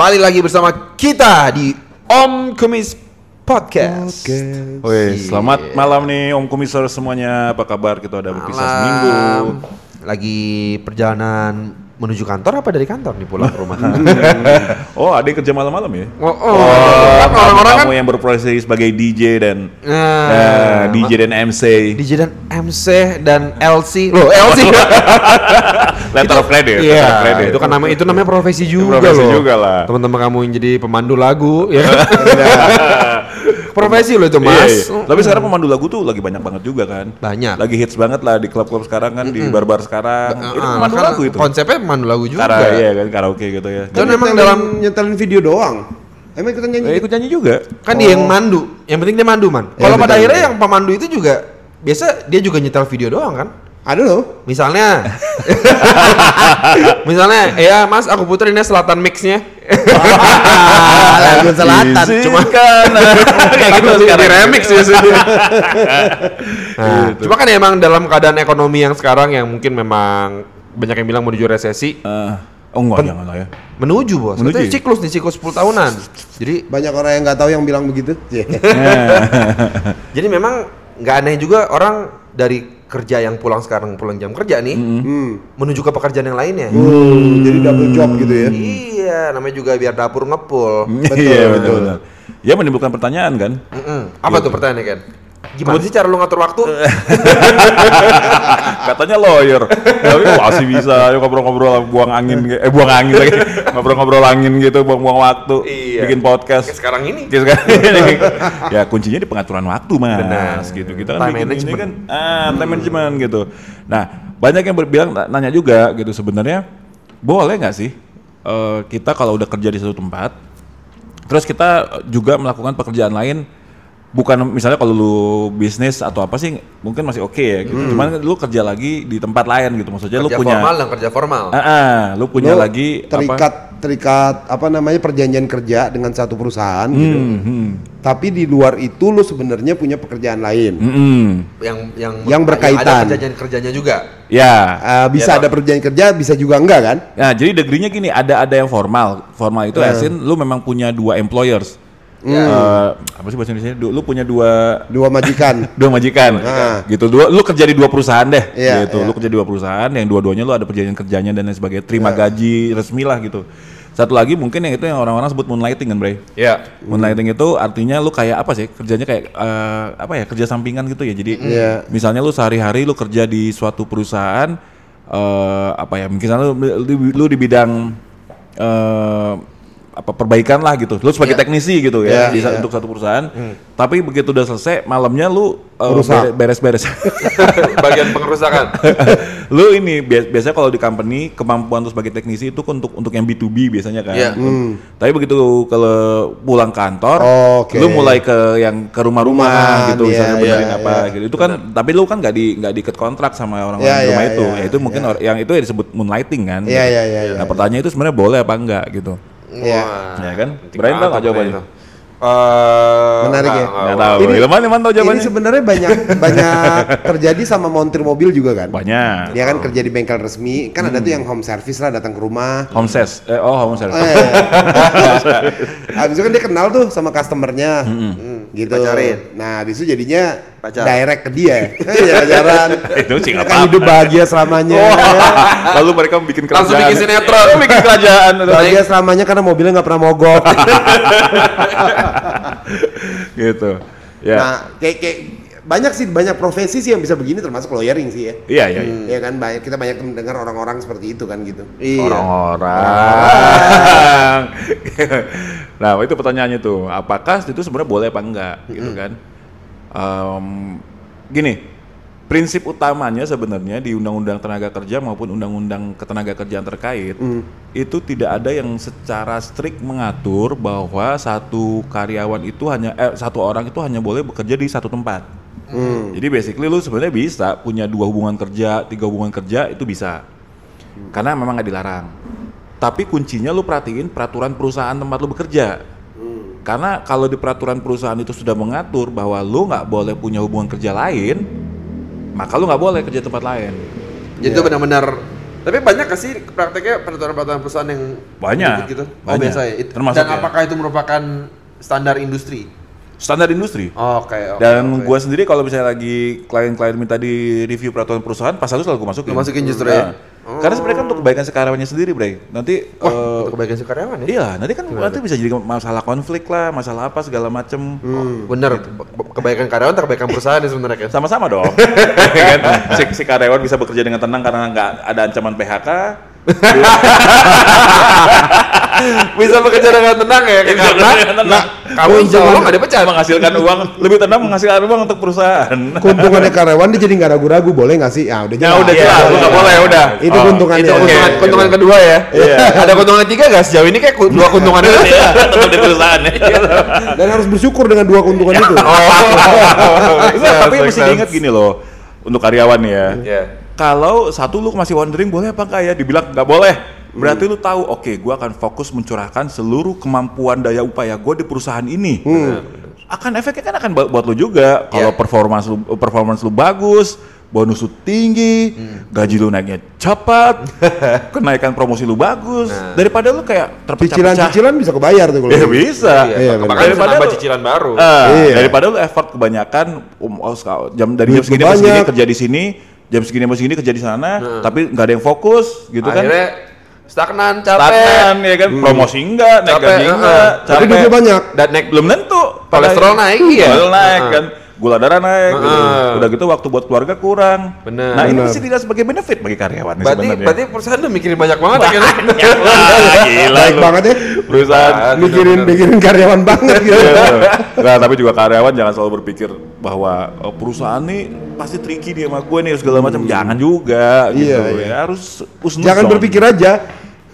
Kembali lagi bersama kita di Om Kumis Podcast. Woi, selamat malam nih Om Kumisor semuanya. Apa kabar? Kita udah berpisah seminggu. Lagi perjalanan menuju kantor apa dari kantor nih pulang ke rumah? Oh, ada yang kerja malam-malam ya? Orang-orang kan kamu yang berprofesi sebagai DJ dan DJ dan MC. DJ dan MC dan LC. Loh, LC. Letter of credit. Iya, itu kan namanya profesi juga profesi loh. juga lah. Teman-teman kamu yang jadi pemandu lagu ya. Profesi loh itu, Mas. Iya. Tapi sekarang pemandu lagu tuh lagi banyak banget juga kan? Banyak. Lagi hits banget lah di klub-klub sekarang kan, di bar-bar sekarang. Itu pemandu kan lagu itu. Konsepnya pemandu lagu juga. Iya kan, karaoke gitu ya. Dan Kan memang nyetelin- dalam nyetelin video doang. Emang ikutan nyanyi? ikut nyanyi juga. kan dia yang mandu, yang penting dia mandu man. Ya, Kalau pada betul, akhirnya betul. yang pemandu itu juga biasa dia juga nyetel video doang kan. Ada loh. Misalnya, ya Mas aku puterin ya Selatan mixnya. Lagu selatan. Cuma kayak gitu di sekarang. remix ya sudah. Nah, cuma kan emang dalam keadaan ekonomi yang sekarang yang mungkin memang banyak yang bilang menuju resesi, Jangan lah ya. menuju bos. Menuju. Katanya siklus 10 tahunan. Jadi Banyak orang yang nggak tahu yang bilang begitu. Jadi memang nggak aneh juga orang dari kerja yang pulang jam kerja nih menuju ke pekerjaan yang lainnya. Jadi double job gitu ya. Iya, namanya juga biar dapur ngepul. Iya betul. Ya menimbulkan pertanyaan kan. Apa tuh pertanyaannya kan? Gimana sih cara lu ngatur waktu? Katanya lawyer. Tapi masih bisa yuk ngobrol-ngobrol buang angin lagi. Ngobrol-ngobrol angin gitu, buang-buang waktu. Iya. Bikin podcast. Kayak sekarang ini. Ya kuncinya di pengaturan waktu Mas. Benar. Gitu. Kita kan Time bikin ini management. kan time management gitu. Nah, banyak yang bilang nanya juga gitu sebenarnya boleh nggak sih kita kalau udah kerja di satu tempat terus kita juga melakukan pekerjaan lain, bukan misalnya kalau lu bisnis atau apa sih mungkin masih oke ya gitu. Cuman lu kerja lagi di tempat lain gitu, maksudnya Kerja lu punya formal dan kerja formal. lu punya Lo lagi terikat apa namanya perjanjian kerja dengan satu perusahaan gitu. Tapi di luar itu lu sebenarnya punya pekerjaan lain. Yang berkaitan. Ada kerjanya juga. Ya. Bisa ada perjanjian kerja, bisa juga enggak kan? Nah, jadi degree-nya gini, ada yang formal. Formal itu asin lu memang punya dua employers. Apa sih bahasa Indonesia? Lu punya dua majikan. dua majikan. Gitu. Lu kerja di dua perusahaan deh. Iya, Gitu. iya. Lu kerja di dua perusahaan yang dua-duanya lu ada perjanjian kerjanya dan lain sebagainya, terima gaji resmi lah gitu. Satu lagi mungkin yang itu yang orang-orang sebut moonlighting kan, Bray? Iya. Moonlighting itu artinya lu kayak apa sih? Kerjanya kayak kerja sampingan gitu ya. Jadi misalnya lu sehari-hari lu kerja di suatu perusahaan misalnya lu di bidang perbaikan lah gitu. Lu sebagai teknisi gitu ya untuk satu perusahaan. Tapi begitu udah selesai malamnya lu beres-beres. Bagian pengerusakan. Lu ini biasanya kalau di company kemampuan lu sebagai teknisi itu untuk yang B2B biasanya kan. Iya. Tapi begitu kalau pulang kantor, lu mulai ke rumah-rumah gitu, misalnya benerin gitu. Itu kan tapi lu kan nggak diikat kontrak sama orang-orang di rumah itu. Ya itu mungkin yang itu disebut moonlighting kan. Nah, pertanyaannya itu sebenarnya boleh apa enggak gitu. Iya. Ya kan? Brian tahu nggak jawabannya? Menarik ya. Nggak tahu. Ilman tahu jawabannya? Ini sebenarnya banyak terjadi sama montir mobil juga kan? Banyak. Dia kan kerja di bengkel resmi, kan ada tuh yang home service lah, datang ke rumah. Home service. Home service. Habis itu kan dia kenal tuh sama customernya, gitu. Pacarin. Nah, habis itu jadinya Pacar. direct ke dia, ya pacaran. Itu sih nggak Kan apa-apa. hidup bahagia selamanya. Lalu mereka bikin kerajaan. Langsung bikin sinetron. Bikin kerajaan. Bahagia selamanya karena mobilnya nggak pernah mogok. Gitu. Ya. Nah, kayak banyak profesi sih yang bisa begini, termasuk lawyering sih ya. Iya. Ya kan kita banyak mendengar orang-orang seperti itu kan gitu. Iya. Orang-orang. Nah, itu pertanyaannya tuh, apakah itu sebenarnya boleh apa enggak gitu kan? Gini, prinsip utamanya sebenarnya di Undang-Undang Tenaga Kerja maupun Undang-Undang Ketenagakerjaan terkait itu tidak ada yang secara strict mengatur bahwa satu orang itu hanya boleh bekerja di satu tempat. Jadi basically lu sebenarnya bisa punya 2 hubungan kerja, 3 hubungan kerja itu bisa. Karena memang nggak dilarang. Tapi kuncinya lu perhatiin peraturan perusahaan tempat lu bekerja. Karena kalau di peraturan perusahaan itu sudah mengatur bahwa lu nggak boleh punya hubungan kerja lain, maka lu nggak boleh kerja tempat lain. Jadi itu benar-benar Tapi banyak nggak sih prakteknya peraturan perusahaan yang Banyak. gitu? Banyak. Biasa ya. Termasuk Dan ya. apakah itu merupakan standar industri? Standar industri. Oke. Dan gue sendiri kalau misalnya lagi klien-klien minta di review peraturan perusahaan, pas selalu gue masukin. Lu masukin justru ya? Karena sebenarnya kan untuk kebaikan si karyawannya sendiri, Bray. Nanti Untuk kebaikan si karyawan ya? iya, nanti kan nanti bisa jadi masalah konflik lah, masalah apa segala macem. Bener, kebaikan karyawan atau kebaikan perusahaan ya sebenarnya kan? Sama-sama dong. Kan? Si karyawan bisa bekerja dengan tenang karena nggak ada ancaman PHK. Bisa bekerja dengan tenang ya, karena kamu insya Allah nggak dipecat. Menghasilkan uang, lebih tenang menghasilkan uang untuk perusahaan. Keuntungannya karyawan dia jadi nggak ragu-ragu, boleh nggak sih? Ya udah jelas. udah jelas, nggak boleh udah. Itu keuntungannya. Itu keuntungan kedua ya. Ada keuntungan ketiga nggak sejauh ini kayak dua keuntungan itu? Tetap di perusahaan ya. Dan harus bersyukur dengan dua keuntungan itu. Tapi mesti diingat gini loh, untuk karyawan ya. Iya. Kalau satu lu masih wondering boleh apa enggak ya, dibilang nggak boleh. Berarti lu tahu, oke, gua akan fokus mencurahkan seluruh kemampuan daya upaya gua di perusahaan ini. Akan efeknya kan akan buat lu juga. Kalau performance lu bagus, bonus lu tinggi, gaji lu naiknya cepat, kenaikan promosi lu bagus. Daripada lu kayak terpecah-pecah. Cicilan bisa kebayar tuh kalau. Ya bisa. Iya, Bahkan bisa nambah cicilan baru. Daripada lu effort kebanyakan dari jam segini sampai segini kerja di sini, jam segini sampai segini kerja di sana, tapi nggak ada yang fokus gitu kan. Akhirnya stagnan, capek. Stagnan ya kan, promosi enggak, naik gaji enggak, Tapi duitnya banyak. Dan naik belum tentu. kolesterol naik ya. Kolesterol naik kan, gula darah naik, gitu. Udah gitu waktu buat keluarga kurang. Bener. Nah ini mesti dilihat sebagai benefit bagi karyawan nih sebenarnya. Berarti perusahaan udah mikirin banyak banget ya kan? Gila Baik lu. banget ya. Perusahaan. Mikirin karyawan banget gitu. Nah, tapi juga karyawan jangan selalu berpikir bahwa perusahaan nih pasti tricky dia sama gue nih segala macam. Jangan juga gitu. Ya, harus Jangan berpikir aja.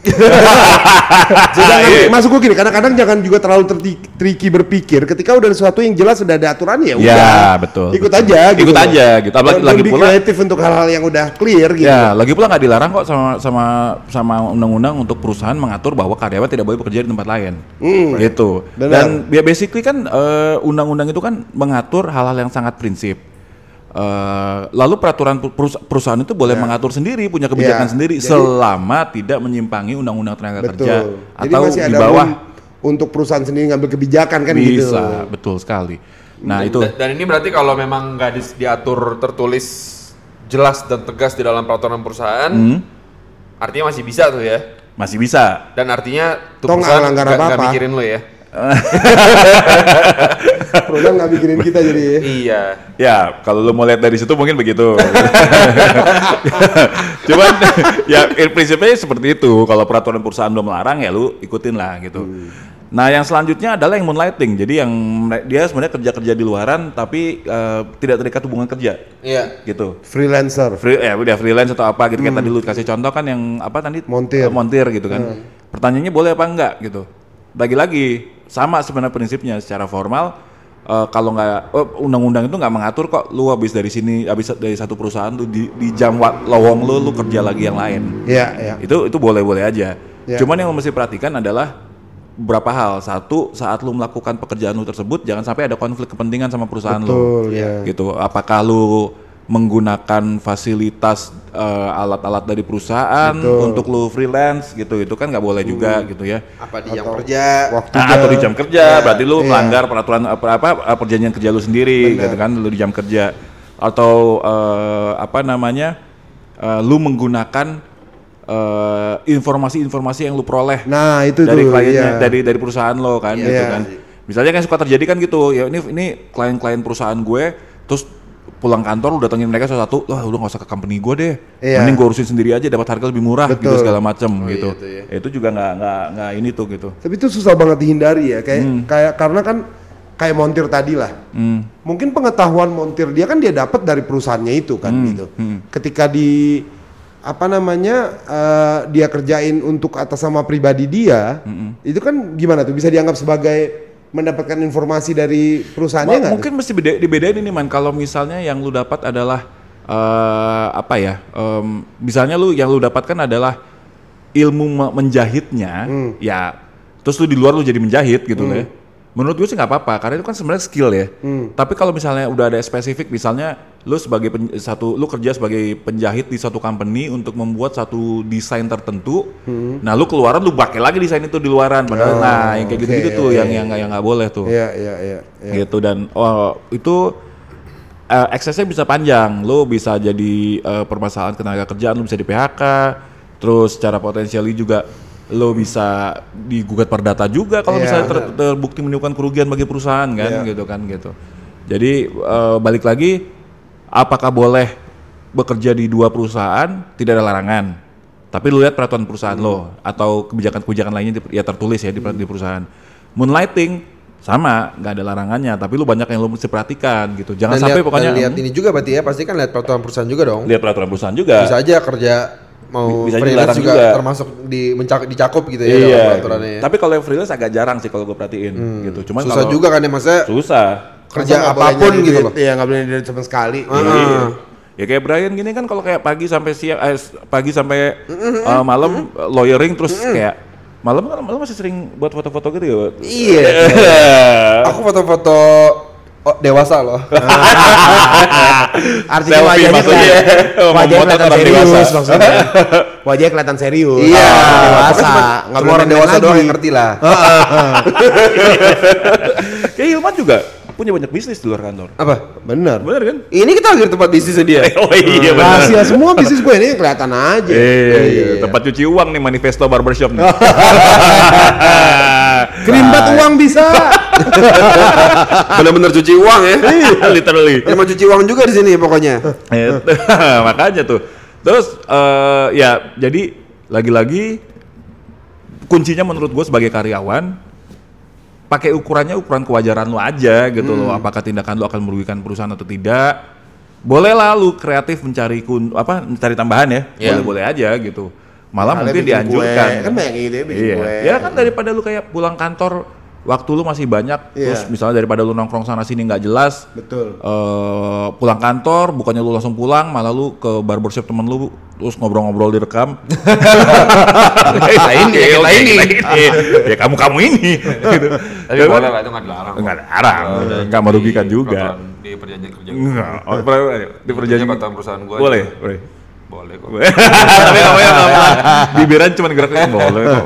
Jangan masuk gue gini, kadang-kadang jangan juga terlalu tricky berpikir ketika udah sesuatu yang jelas sudah ada aturannya ya udah. Ya, betul. Ikut aja gitu. Ikut aja gitu. Lagi lebih pula kreatif untuk hal-hal yang udah clear gitu. ya, lagi pula nggak dilarang kok sama undang-undang untuk perusahaan mengatur bahwa karyawan tidak boleh bekerja di tempat lain. Gitu. Benar. Dan basically kan undang-undang itu kan mengatur hal-hal yang sangat prinsip. Lalu peraturan perusahaan itu boleh mengatur sendiri, punya kebijakan sendiri, selama tidak menyimpangi undang-undang tenaga kerja Jadi atau masih di ada bawah. untuk perusahaan sendiri ngambil kebijakan kan gitu. Bisa, betul sekali. Nah itu Dan ini berarti kalau memang nggak diatur tertulis jelas dan tegas di dalam peraturan perusahaan, artinya masih bisa tuh ya. masih bisa. Dan artinya tuh Toh nggak perusahaan melanggar nggak apa-apa. mikirin lo ya. Perusahaan nggak mikirin kita jadi. Iya. Ya, kalau lu mau lihat dari situ mungkin begitu. Cuman ya prinsipnya seperti itu. Kalau peraturan perusahaan belum melarang ya lu ikutin lah gitu. Nah, yang selanjutnya adalah yang moonlighting. Jadi yang dia sebenarnya kerja-kerja di luaran tapi tidak terikat hubungan kerja. Iya. Gitu. Freelancer. Udah freelance atau apa gitu. Kayak tadi lu kasih contoh kan yang apa tadi? Montir. Montir gitu kan. Pertanyaannya boleh apa enggak gitu. Lagi-lagi sama sebenarnya prinsipnya secara formal. Kalau nggak undang-undang itu nggak mengatur kok lu habis dari satu perusahaan tuh di jam lowong lu kerja lagi yang lain. Iya, iya. Itu boleh-boleh aja. Ya. Cuman yang mesti perhatikan adalah beberapa hal. Satu, saat lu melakukan pekerjaan lu tersebut jangan sampai ada konflik kepentingan sama perusahaan Betul, lu. ya. Gitu. Apakah lu menggunakan fasilitas alat-alat dari perusahaan untuk lu freelance gitu, itu kan nggak boleh juga gitu ya. Apa di jam kerja? Atau di jam kerja, berarti lu melanggar peraturan perjanjian kerja lu sendiri, gitu kan, lu di jam kerja. Atau lu menggunakan informasi-informasi yang lu peroleh itu dari tuh, kliennya, dari perusahaan lo kan, gitu kan. Misalnya kan suka terjadi kan gitu, ya ini klien-klien perusahaan gue, terus pulang kantor lu datengin mereka satu-satu, lah udah nggak usah ke company gue deh, mending gue urusin sendiri aja, dapat harga lebih murah gitu segala macem gitu. Itu juga nggak ini tuh gitu. Tapi itu susah banget dihindari ya, kayak karena kan kayak montir tadi lah. Mungkin pengetahuan montir dia kan dia dapat dari perusahaannya itu kan gitu. Ketika dia kerjain untuk atas nama pribadi dia, itu kan gimana tuh bisa dianggap sebagai mendapatkan informasi dari perusahaannya nggak? Mungkin mesti dibedain ini man. Kalau misalnya yang lu dapat adalah misalnya yang lu dapatkan adalah ilmu menjahitnya, ya terus lu di luar lu jadi menjahit gitu ya. Menurut gue sih nggak apa-apa, karena itu kan sebenarnya skill ya. Tapi kalau misalnya udah ada spesifik, misalnya lu sebagai lu kerja sebagai penjahit di satu company untuk membuat satu desain tertentu, nah lu keluaran lu pakai lagi desain itu di luaran, padahal yang kayak gitu-gitu tuh yang nggak boleh tuh. Iya. Gitu, dan itu eksesnya bisa panjang, lu bisa jadi permasalahan tenaga kerjaan, lu bisa di PHK, terus secara potensiali juga lo bisa digugat perdata juga kalau misalnya terbukti menimbulkan kerugian bagi perusahaan kan, gitu. Jadi balik lagi, apakah boleh bekerja di 2 perusahaan? Tidak ada larangan. Tapi lu lihat peraturan perusahaan lo atau kebijakan-kebijakan lainnya ya tertulis ya di perusahaan. Moonlighting sama, nggak ada larangannya, tapi lu banyak yang lu mesti perhatikan gitu. Jangan sampai pokoknya lihat ini juga berarti ya, pasti kan lihat peraturan perusahaan juga dong. Lihat peraturan perusahaan juga. Bisa aja kerja mau bisa freelance juga termasuk dicakup gitu ya dalam peraturannya. Tapi kalau yang freelance agak jarang sih kalau gue perhatiin gitu. Cuman susah juga kan ya, maksudnya susah kerja apapun gitu loh. Iya, nggak boleh duit sama sekali. Ya kayak Brian gini kan, kalau kayak pagi sampai malam lawyering, terus kayak malam masih sering buat foto-foto gitu ya. Iya. Aku foto-foto dewasa loh. Artinya wajahnya kelihatan serius maksudnya. Wajahnya kelihatan serius. Iya, dewasa. Nggak boleh orang dewasa doang yang ngerti lah. Kayak Hilman juga punya banyak bisnis di luar kantor. Apa? Bener kan? Ini kita lagi tempat bisnisnya dia. Oh iya benar. Rahasia semua bisnis gue ini kelihatan aja. Iya. Tempat cuci uang nih, manifesto barbershop nih. Kerimbat uang bisa. Bener-bener cuci uang ya. Literally. Emang cuci uang juga di sini pokoknya. Makanya tuh. Terus ya jadi lagi-lagi kuncinya menurut gue sebagai karyawan, pakai ukuran kewajaran lu aja gitu loh. Apakah tindakan lu akan merugikan perusahaan atau tidak? Boleh lah lu kreatif mencari tambahan ya. Boleh aja gitu. Malah mungkin dianjurkan. Kan banyak gitu ya bikin kue. Ya kan, daripada lu kayak pulang kantor waktu lu masih banyak, terus misalnya daripada lu nongkrong sana sini nggak jelas. Betul. Pulang kantor bukannya lu langsung pulang, malah lu ke barbershop temen lu terus ngobrol-ngobrol direkam. Ya kamu ini. Gitu. Tapi boleh lah, itu nggak dilarang. Nggak dilarang, nggak merugikan juga. Di perjanjian kerja. Di perjanjian perusahaan gue. Boleh. Boleh kok. Tapi namanya bibiran cuma gerak boleh kok.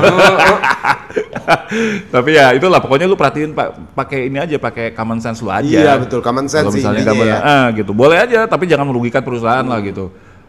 Tapi ya itulah, pokoknya lu perhatiin pakai ini aja, pakai common sense lu aja. Iya betul, common sense sih misalnya gitu. Boleh aja, tapi jangan merugikan perusahaan lah gitu.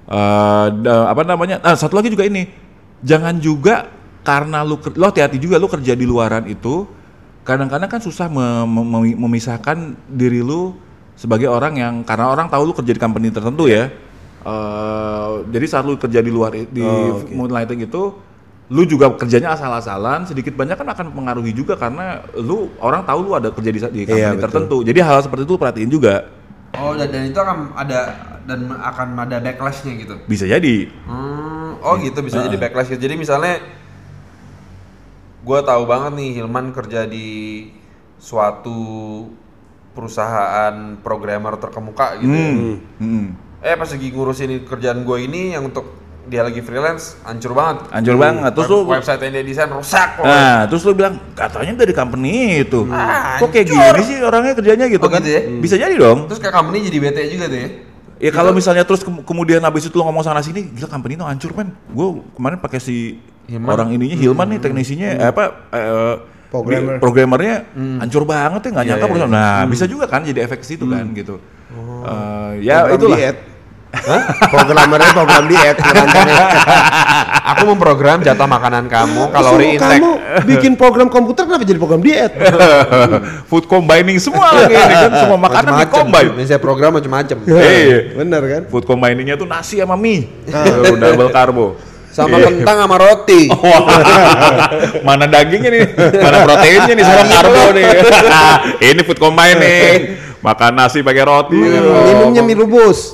Satu lagi juga ini, jangan juga karena lo hati-hati juga, lu kerja di luaran itu kadang-kadang kan susah memisahkan diri lu sebagai orang yang, karena orang tahu lu kerja di company tertentu ya. Jadi saat lu kerja di luar di moonlighting itu, lu juga kerjanya asal-asalan, sedikit banyak kan akan mempengaruhi juga, karena orang tahu lu ada kerja di company tertentu. Jadi hal seperti itu lu perhatiin juga. Oh, dan itu akan ada backlash-nya gitu. Bisa jadi. Gitu bisa jadi backlash gitu. Jadi misalnya gue tahu banget nih Hilman kerja di suatu perusahaan programmer terkemuka gitu. Pas lagi ngurusin kerjaan gue ini yang untuk dia lagi freelance, hancur banget. Terus lu website yang dia desain rusak. Terus lu bilang katanya dari company itu. Kok kayak gini sih orangnya kerjanya gitu kan? Gitu ya? Bisa jadi dong. Terus kayak company jadi bete juga tuh ya. Ya gitu. Kalau misalnya terus kemudian habis itu lu ngomong sana sini, gila company itu hancur men. Gue kemarin pakai si orang ininya Hilman nih, teknisinya programmernya hancur banget ya, nggak nyangka perusahaan. Nah bisa juga kan jadi efek situ kan gitu. Ya itulah. Programmernya program diet. Aku memprogram jatah makanan kamu, kalori intake. Kamu bikin program komputer kenapa jadi program diet? Food combining semua lagi ini kan, semua makanan di combine. Ini saya program macam-macam. Bener kan? Food combiningnya tuh nasi sama mie, double karbo. Sama kentang sama roti. Mana dagingnya nih, mana proteinnya nih, sama karbo nih. Ini food combining. Makan nasi pakai roti. Minumnya mie rebus.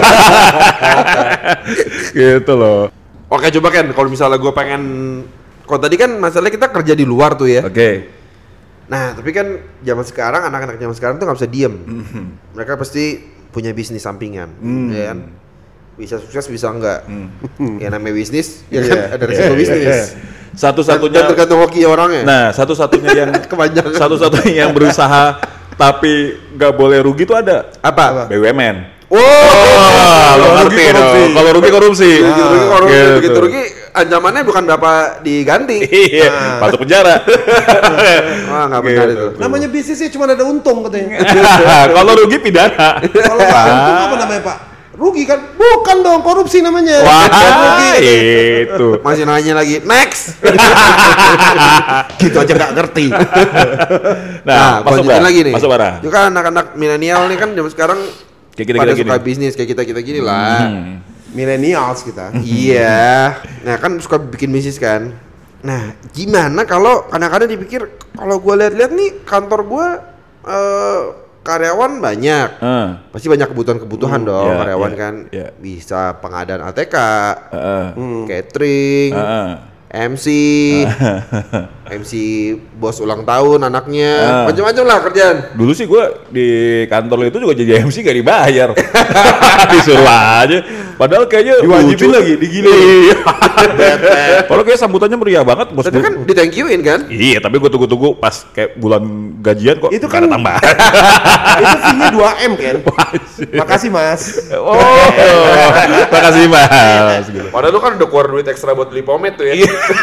Gitu loh. Oke, coba Ken, kalau misalnya gue pengen, kalau tadi kan masalahnya kita kerja di luar tuh ya. Oke. Nah, tapi kan zaman sekarang, anak-anak zaman sekarang tuh nggak bisa diem. Mereka pasti punya bisnis sampingan, ya kan? Bisa sukses, bisa enggak. Ya namanya bisnis, ya kan ada resiko bisnis. Satu-satunya Dan tergantung hoki orangnya. Nah, satu-satunya yang Kepanjangan. satu-satunya yang berusaha tapi nggak boleh rugi itu ada. Apa? BUMN. Kalau ngerti dong. Kalau rugi korupsi. Begitu rugi ancamannya bukan berapa diganti. Iya, masuk penjara. Wah, nggak benar itu. Namanya bisnisnya cuma ada untung katanya. Kalau rugi pidana. Kalau nggak untung apa namanya Pak? Rugi kan? Bukan dong, korupsi namanya. Wah, itu. Masih nanya lagi, next. Gitu aja nggak ngerti. Nah, masuk lanjutin lagi nih. Masuk Bara. Itu kan anak-anak milenial nih kan zaman sekarang Kayak kita pada gini. suka bisnis kayak kita gini lah. Millennials kita. Iya. Nah kan suka bikin bisnis kan. Nah gimana kalau kadang-kadang dipikir kalau gue lihat-lihat nih kantor gue karyawan banyak. Pasti banyak kebutuhan dong Iya, karyawan iya, kan. iya. Bisa pengadaan ATK, catering, MC, MC bos ulang tahun anaknya, macam-macam lah kerjaan. Dulu sih gue di kantor itu juga jadi MC gak dibayar. Disuruh aja. Padahal kayaknya Diwajibin lucu. lagi, digilin. Iya. Padahal kayak sambutannya meriah banget bos. Tapi kan di thank you-in kan? Iya, tapi gue tunggu-tunggu pas kayak bulan gajian kok Itu nggak ada kan- tambahan. Itu fee-nya 2M kan? Makasih Mas. Oh, makasih mas. Gitu. Padahal lu kan udah keluar duit ekstra buat beli pomade tuh ya.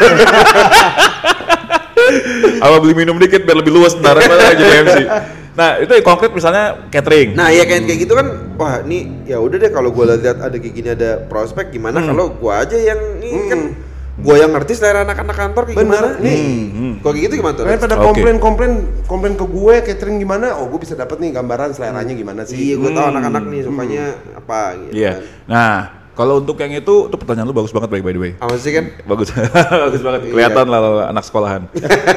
Apa beli minum dikit biar lebih luas ntar jadi MC. Nah itu yang konkret misalnya catering. Nah ya kayak gitu kan, wah ini ya udah deh kalau gue lihat ada kayak gini ada prospek gimana kalau gue aja yang ini kan gue yang ngerti selera anak-anak kantor kayak Bener, gimana. nih. Kalau kayak gitu gimana tuh? Kalian pada Oke. komplain ke gue catering gimana? Oh, gue bisa dapat nih gambaran seleranya gimana sih. Iya gue tahu anak-anak nih sukanya apa gitu. Iya. Kan. Nah kalau untuk yang itu pertanyaan lu bagus banget by the way. Apa sih kan? Bagus, bagus banget. Kelihatan lah anak sekolahan.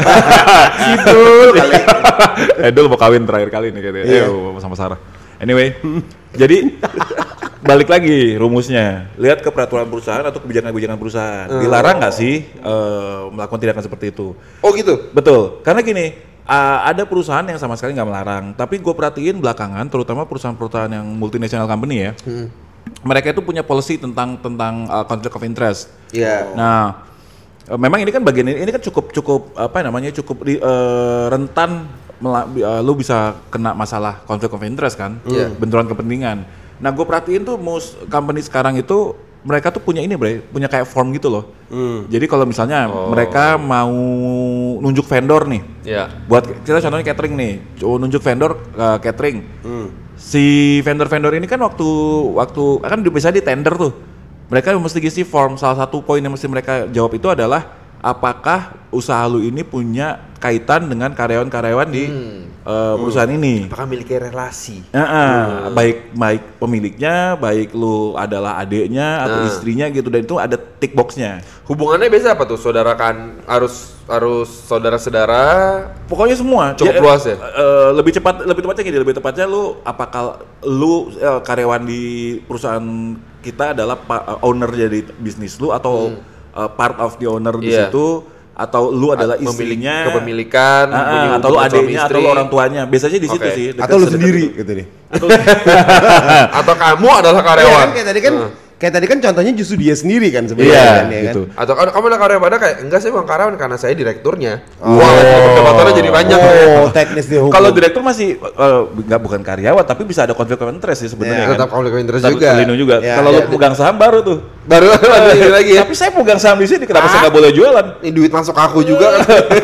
Sidul kali. Dulu mau kawin terakhir kali nih katanya. Iya. Sama Sarah. Anyway, jadi balik lagi rumusnya. Lihat ke peraturan perusahaan atau kebijakan-kebijakan perusahaan. Dilarang nggak sih melakukan tindakan seperti itu? Oh gitu. Betul. Karena gini, ada perusahaan yang sama sekali nggak melarang. Tapi gue perhatiin belakangan, terutama perusahaan-perusahaan yang multinational company ya. Mereka itu punya policy tentang conflict of interest. Iya. Nah, memang ini kan bagian ini kan cukup apa namanya rentan lu bisa kena masalah conflict of interest kan, benturan kepentingan. Nah, gue perhatiin tuh most company sekarang itu mereka tuh punya ini punya kayak form gitu loh. Jadi kalau misalnya mereka mau nunjuk vendor nih, buat kita contohnya catering nih, nunjuk vendor catering. Si vendor-vendor ini kan waktu kan bisa di tender tuh. Mereka mesti ngisi form. Salah satu poin yang mesti mereka jawab itu adalah apakah usaha lu ini punya kaitan dengan karyawan-karyawan di perusahaan ini. Apakah memiliki relasi? Baik pemiliknya, baik lu adalah adiknya atau istrinya gitu, dan itu ada tick boxnya. Hubungannya biasa apa tuh? Saudarakan harus saudara-saudara. Pokoknya semua Cukup luas ya? lebih tepatnya gini, lebih tepatnya lu apakah lu karyawan di perusahaan kita adalah owner jadi bisnis lu atau part of the owner di situ, atau lu adalah istrinya, kepemilikan, atau lu adiknya atau lu orang tuanya. Biasanya di situ sih. Atau lu sendiri gitu nih. atau kamu adalah Iya karyawan. kan kayak tadi kan contohnya justru dia sendiri kan sebenarnya. Iya, kan, ya gitu. kan? Atau kamu adalah karyawan, pada kayak enggak saya bukan karyawan karena saya direkturnya. Wah, perdebatannya jadi banyak. Oh, teknis dia hukum. Kalau direktur masih bukan karyawan tapi bisa ada konflik of interest sih sebenarnya. Iya, kan. tetap konflik of interest Tetap juga. terlindung juga. Ya, Kalau ya. lu pegang saham baru tuh. Baru ini lagi ya. Tapi saya pegang saham di sini, kenapa saya nggak boleh jualan? Ini duit masuk aku juga kan.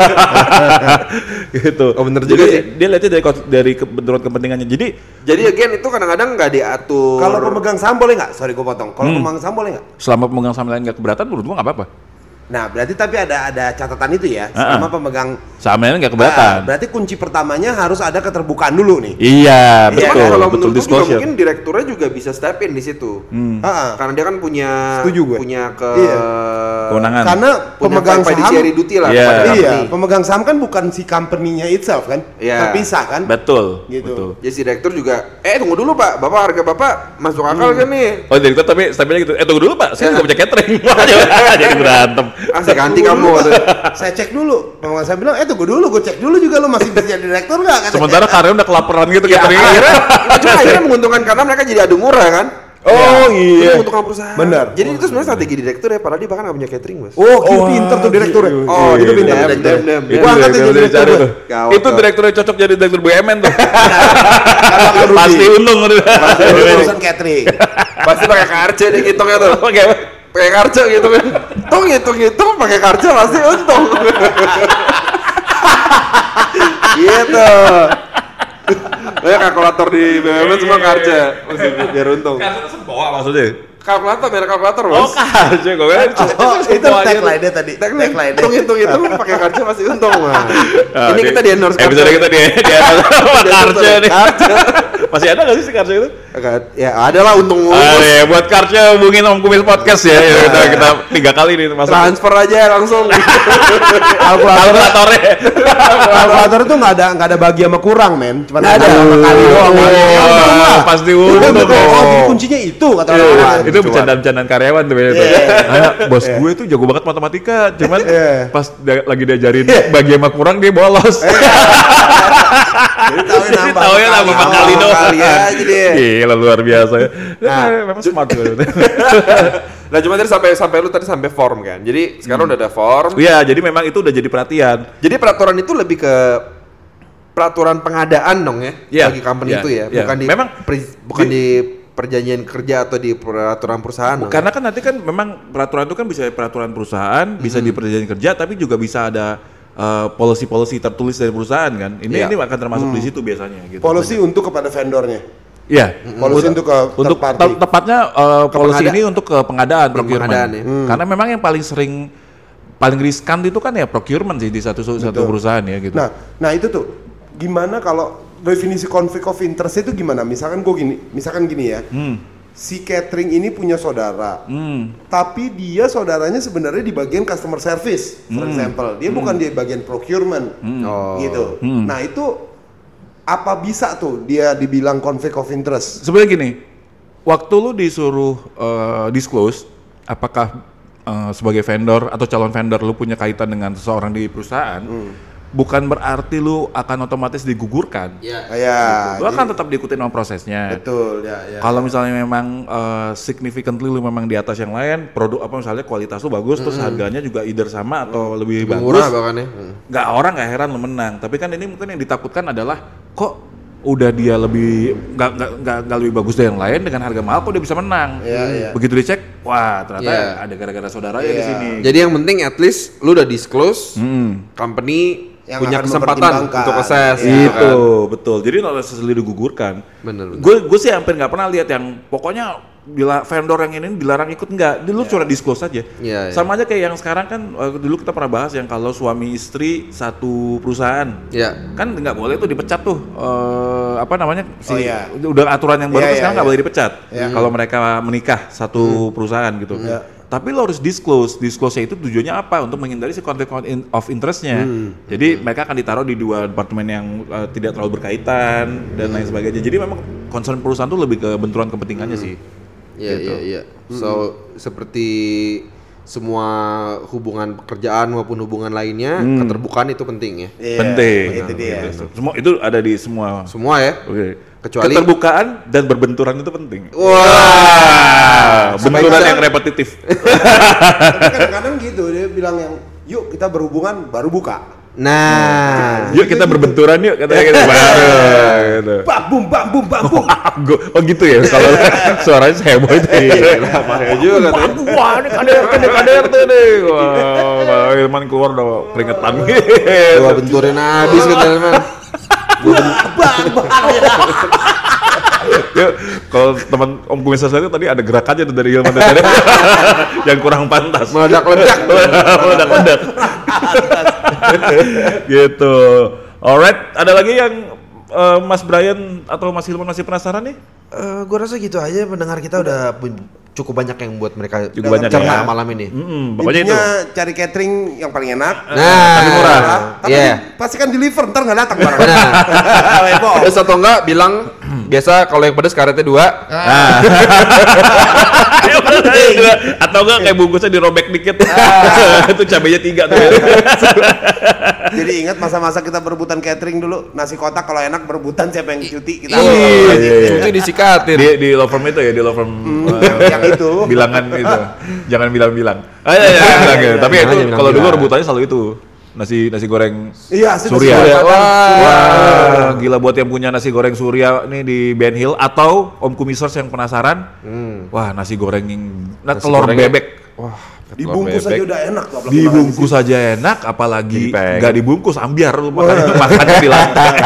Gitu. Oh, bener juga Jadi, sih. dia lihatnya dari benturan kepentingannya. Jadi again itu kadang-kadang nggak diatur. Kalau pemegang saham boleh nggak? Sorry gue potong. Kalau pemegang saham boleh nggak? selama pemegang saham lain nggak keberatan, menurut gua nggak apa-apa. Nah, berarti tapi ada catatan itu ya. Selama pemegang Saham lain nggak keberatan. berarti kunci pertamanya harus ada keterbukaan dulu nih. Iya, Iya, betul. kalau Betul menurut gua juga disclosure. mungkin direkturnya juga bisa step in di situ. Karena dia kan punya Setuju gue. Iya. Kewenangan. Karena pemegang saham fiduciary duty lah Iya. kepada iya, company. pemegang saham kan bukan si company-nya itself kan? Iya. Terpisah kan? Betul. Gitu. Betul. Jadi si direktur juga, tunggu dulu Pak, Bapak harga Bapak masuk akal kan nih? Oh, direktur tapi stepnya gitu. Tunggu dulu Pak, saya nggak punya catering. Jadi berantem. Saya ganti kamu. Saya cek dulu. Pemegang saham bilang, tunggu dulu, gue cek dulu juga lo masih bisa jadi direktur nggak? Katanya. Sementara karyawan udah kelaparan gitu Ya, cateringnya. akhirnya menguntungkan karena mereka jadi adu murah kan? Oh iya. Itu untuk perusahaan. Benar. Jadi itu sebenarnya strategi direktur ya, padahal dia bahkan nggak punya catering, Mas. Oh, pinter tuh direkturnya. Oh, itu pinter. Gua angkat jadi direktur. Itu direkturnya cocok jadi direktur BUMN tuh. Pasti untung. Urusan catering. Pasti pakai karce nih ngitungnya tuh. Pakai karce gitu kan. Hitung pakai karce pasti untung. Gitu. Kayak kalkulator di BUMN semua karce, mesti biar untung. Karce itu semua maksudnya. Kalkulator, merek kalkulator, Mas. Oh, karce kok kan. Itu tagline-nya tadi. Hitung pakai karce pasti untung, Mas. Ini kita di endorse karce. Episode kita di karce nih. Masih ada nggak sih karce itu? Ya ada lah untung. Ya, buat karce hubungin Om Kumis Podcast ya. Kita 3 kali nih masuk. Transfer aja langsung. Kalkulatornya. Kalkulator itu nggak ada bagi sama kurang, men. Cuma ada sama kali doang. Pasti untung. Oh, jadi kuncinya itu kata orang. Itu bercandaan-bercandaan karyawan tuh. Bos gue tuh jago banget matematika, cuman pas lagi diajarin bagi sama kurang dia bolos. Jadi taunya nambah 4 kali doang. Kali aja dia. Gila luar biasa ya. Memang smart gue. Nah cuma tadi sampai lu tadi sampai form kan. Jadi sekarang udah ada form. Iya, jadi memang itu udah jadi perhatian. Jadi peraturan itu lebih ke peraturan pengadaan dong ya, bagi company itu ya, bukan di bukan di perjanjian kerja atau di peraturan perusahaan. Karena kan nanti kan memang peraturan itu kan bisa peraturan perusahaan, bisa di perjanjian kerja, tapi juga bisa ada policy tertulis dari perusahaan kan. Ini akan termasuk di situ biasanya. Gitu. Policy untuk kepada vendornya. Iya. Policy untuk ke untuk tepatnya policy ini untuk ke pengadaan procurement. Ya. Karena memang yang paling riskan itu kan ya procurement sih di satu perusahaan ya gitu. Nah itu tuh gimana kalau definisi conflict of interest itu gimana? Misalkan gini ya. Si catering ini punya saudara, tapi dia saudaranya sebenarnya di bagian customer service, for example, dia bukan di bagian procurement, gitu. Nah itu apa bisa tuh dia dibilang conflict of interest? Sebenarnya gini, waktu lu disuruh disclose, apakah sebagai vendor atau calon vendor lu punya kaitan dengan seseorang di perusahaan, bukan berarti lu akan otomatis digugurkan. Iya. Lu akan tetap diikutin sama prosesnya. Betul, ya. Kalau misalnya memang significantly lu memang di atas yang lain, produk apa misalnya kualitas lu bagus, terus harganya juga either sama atau lebih bagus. Murah bahkan ya. Nggak heran lu menang. Tapi kan ini mungkin yang ditakutkan adalah kok udah dia lebih nggak lebih bagus dari yang lain dengan harga mahal kok dia bisa menang. Begitu dicek, wah ternyata ada gara-gara saudaranya di sini. Jadi yang penting at least lu udah disclose, company yang punya kesempatan untuk akses. Itu betul. Jadi nggak necessarily digugurkan. Bener. Gue sih hampir nggak pernah lihat yang pokoknya bila vendor yang ini dilarang ikut enggak, dulu cuma disclose aja. Sama aja kayak yang sekarang kan dulu kita pernah bahas yang kalau suami istri satu perusahaan, kan nggak boleh tuh dipecat tuh. Udah aturan yang baru sekarang nggak boleh dipecat kalau mereka menikah satu perusahaan gitu. Tapi lo harus disclose-nya itu tujuannya apa? Untuk menghindari si conflict of interest-nya. Jadi mereka akan ditaruh di 2 departemen yang tidak terlalu berkaitan dan lain sebagainya. Jadi memang concern perusahaan tuh lebih ke benturan kepentingannya sih. Iya. So seperti semua hubungan pekerjaan maupun hubungan lainnya, keterbukaan itu penting ya. Penting. Itu dia. Semua itu ada di semua. Semua ya. Kecuali keterbukaan dan berbenturan itu penting. Wah, benturan yang repetitif. Tapi kadang-kadang gitu dia bilang yang yuk kita berhubungan baru buka. Nah, yuk kita berbenturan yuk katanya gitu. Gitu. Bam bum. Oh gitu ya. Kalau suaranya heboh itu. Bahaya juga tuh. Wah, ini KDRT nih. Wah, Ilman keluar udah keringetan gitu. Wah, benturin habis gitu Ilman. Yuk, kalau teman Om Kumis itu tadi ada gerakannya tuh dari Ilman tadi yang kurang pantas. Meledak. Gitu. Alright, ada lagi yang Mas Brian atau Mas Hilman masih penasaran nih? Gue rasa gitu aja, pendengar kita udah cukup banyak yang buat mereka cerna malam ini. Pokoknya itu cari catering yang paling enak, tapi murah. Tapi pastikan deliver, ntar nggak datang barang. Terus atau enggak bilang Biasa kalau yang pedas karetnya 2. Atau enggak kayak bungkusnya dirobek dikit. Itu cabenya 3 tuh. Jadi ingat masa-masa kita berebutan catering dulu, nasi kotak kalau enak berebutan siapa yang cuti kita. Cuti disikatin. Di law firm itu ya, di law firm yang itu. Bilangan itu. Jangan bilang-bilang. Tapi itu kalau dulu rebutannya selalu itu. Nasi goreng Surya. Wah, gila buat yang punya nasi goreng Surya nih di Ben Hill atau Om Kumisers yang penasaran. Wah, nasi goreng telur bebek. Wah, dibungkus aja udah enak tuh. Dibungkus aja enak, apalagi nggak dibungkus ambiar lu makannya di lantai.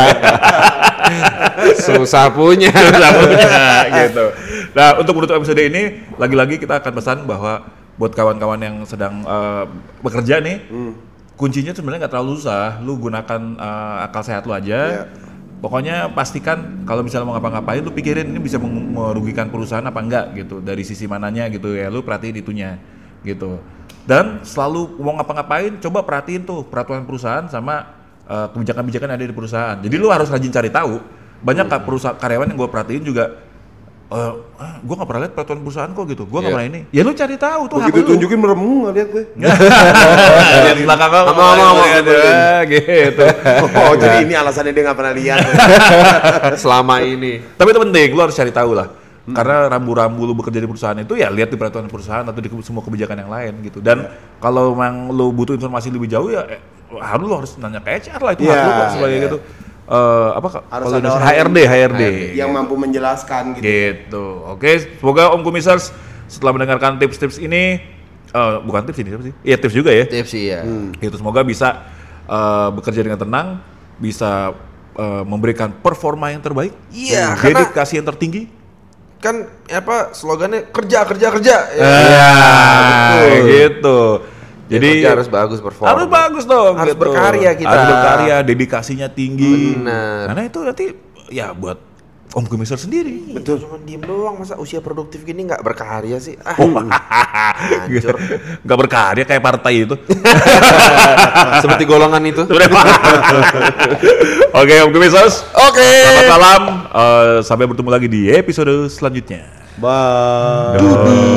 Susah punya gitu. Nah, untuk menutup episode ini lagi-lagi kita akan pesan bahwa buat kawan-kawan yang sedang bekerja nih, kuncinya sebenarnya nggak terlalu susah. Lu gunakan akal sehat lu aja. Pokoknya pastikan kalau misalnya mau ngapa-ngapain lu pikirin ini bisa merugikan perusahaan apa enggak gitu. Dari sisi mananya gitu ya, lu perhatiin itunya gitu. Dan selalu mau ngapa-ngapain coba perhatiin tuh peraturan perusahaan sama kebijakan-kebijakan yang ada di perusahaan. Jadi lu harus rajin cari tahu. Banyak karyawan yang gue perhatiin juga gue gak pernah lihat peraturan perusahaan kok gitu, gue gak pernah ini. Ya lu cari tahu tuh. Begitu tunjukin merem, gak lihat gue. Lihat belakang kamu gitu. Oh jadi ini alasannya dia gak pernah lihat selama ini. Tapi itu penting, lu harus cari tahu lah. Karena rambu-rambu lu bekerja di perusahaan itu ya lihat di peraturan perusahaan atau di semua kebijakan yang lain gitu. Dan kalau memang lu butuh informasi lebih jauh ya lu harus nanya ke HR lah, itu hak lu kok sebagai gitu. Harus ada HRD yang mampu menjelaskan gitu. Oke, semoga Om Kumisers setelah mendengarkan tips-tips ini, bukan tips ini, apa sih? Iya tips juga ya. Tips ya. Itu semoga bisa bekerja dengan tenang, bisa memberikan performa yang terbaik, dedikasi yang tertinggi. Kan slogannya kerja. Betul. Gitu. Jadi harus bagus performa. Harus bagus dong. Harus gitu. berkarya kita. Harus berkarya, dedikasinya tinggi. Benar. Karena itu nanti ya buat Om Kumisers sendiri. Betul. Cuma diem doang, masa usia produktif gini nggak berkarya sih? Hancur. Nggak berkarya kayak partai itu. Seperti golongan itu. Oke, Om Kumisers. Oke. Selamat malam. Sampai bertemu lagi di episode selanjutnya. Bye.